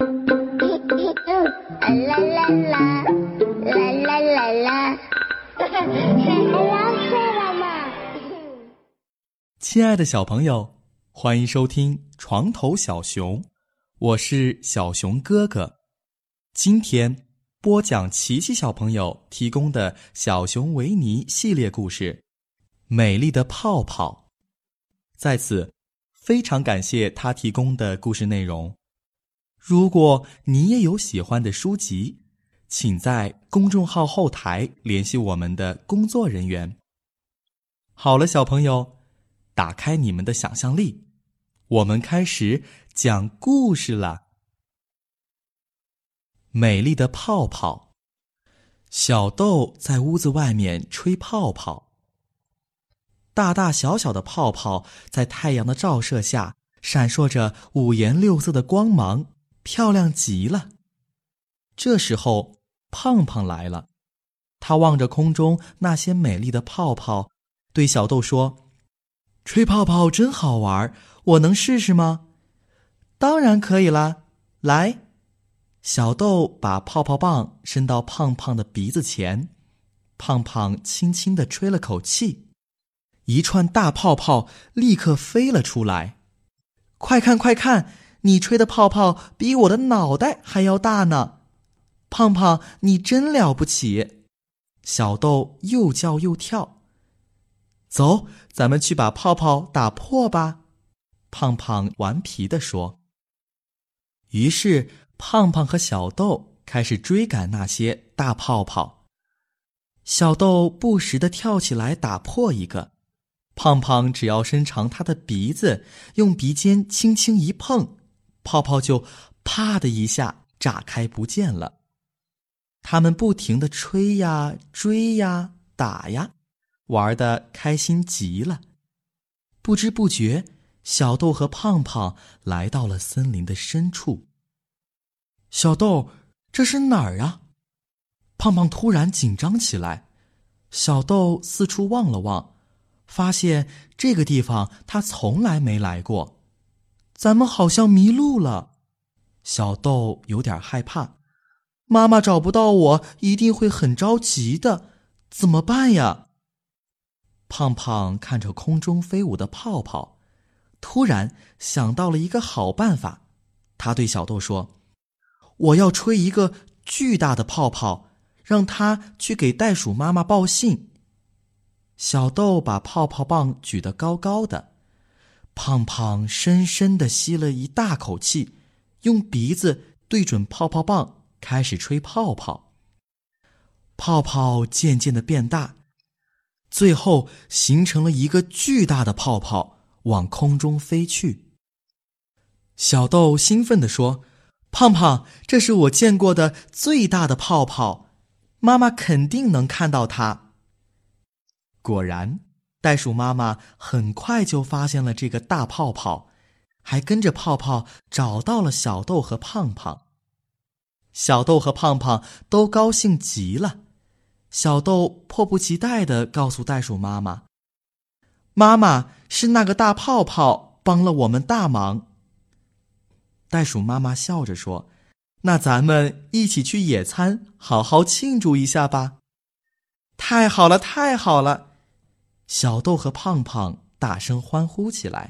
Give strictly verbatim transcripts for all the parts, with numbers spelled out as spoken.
啦啦啦，啦啦啦啦，我要睡了嘛。 亲爱的小朋友，欢迎收听床头小熊，我是小熊哥哥。今天播讲琪琪小朋友提供的小熊维尼系列故事《美丽的泡泡》。在此非常感谢他提供的故事内容。如果你也有喜欢的书籍，请在公众号后台联系我们的工作人员。好了，小朋友，打开你们的想象力，我们开始讲故事了。美丽的泡泡。小豆在屋子外面吹泡泡，大大小小的泡泡在太阳的照射下闪烁着五颜六色的光芒，漂亮极了。这时候胖胖来了，他望着空中那些美丽的泡泡，对小豆说：吹泡泡真好玩，我能试试吗？当然可以啦，来。小豆把泡泡棒伸到胖胖的鼻子前，胖胖轻轻地吹了口气，一串大泡泡立刻飞了出来。快看快看，你吹的泡泡比我的脑袋还要大呢！胖胖，你真了不起！小豆又叫又跳。走，咱们去把泡泡打破吧，胖胖顽皮地说。于是胖胖和小豆开始追赶那些大泡泡。小豆不时地跳起来打破一个，胖胖只要伸长他的鼻子，用鼻尖轻轻一碰，泡泡就啪的一下炸开不见了。他们不停地吹呀追呀打呀，玩得开心极了。不知不觉，小豆和胖胖来到了森林的深处。小豆，这是哪儿啊？胖胖突然紧张起来。小豆四处望了望，发现这个地方他从来没来过。咱们好像迷路了。小豆有点害怕，妈妈找不到我一定会很着急的，怎么办呀？胖胖看着空中飞舞的泡泡，突然想到了一个好办法。他对小豆说：我要吹一个巨大的泡泡，让他去给袋鼠妈妈报信。小豆把泡泡棒举得高高的，胖胖深深地吸了一大口气，用鼻子对准泡泡棒开始吹泡泡。泡泡渐渐地变大，最后形成了一个巨大的泡泡，往空中飞去。小豆兴奋地说：胖胖，这是我见过的最大的泡泡，妈妈肯定能看到它。果然，袋鼠妈妈很快就发现了这个大泡泡，还跟着泡泡找到了小豆和胖胖。小豆和胖胖都高兴极了。小豆迫不及待地告诉袋鼠妈妈：妈妈，是那个大泡泡帮了我们大忙。袋鼠妈妈笑着说：那咱们一起去野餐，好好庆祝一下吧。太好了，太好了！小豆和胖胖大声欢呼起来。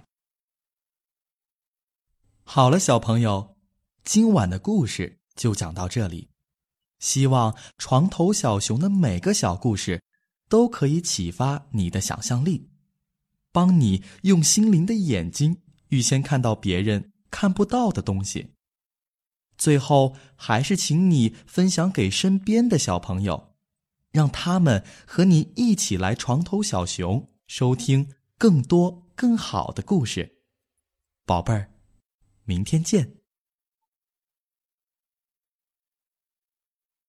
好了，小朋友，今晚的故事就讲到这里。希望床头小熊的每个小故事都可以启发你的想象力，帮你用心灵的眼睛预先看到别人看不到的东西。最后，还是请你分享给身边的小朋友，让他们和你一起来床头小熊，收听更多更好的故事。宝贝儿，明天见。